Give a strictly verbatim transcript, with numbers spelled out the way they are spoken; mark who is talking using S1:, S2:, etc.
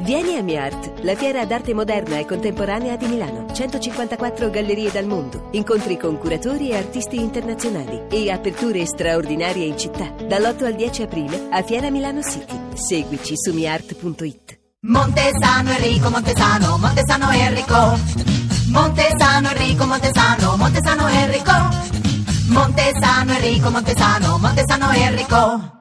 S1: Vieni a MiArt, la fiera d'arte moderna e contemporanea di Milano. centocinquantaquattro gallerie dal mondo, incontri con curatori e artisti internazionali e aperture straordinarie in città. Dall'otto al dieci aprile a Fiera Milano City. Seguici su miart punto it.
S2: Montesano Enrico, Montesano, Montesano Enrico. Montesano Enrico, Montesano, Montesano Enrico. Montesano Enrico, Montesano, Montesano Enrico.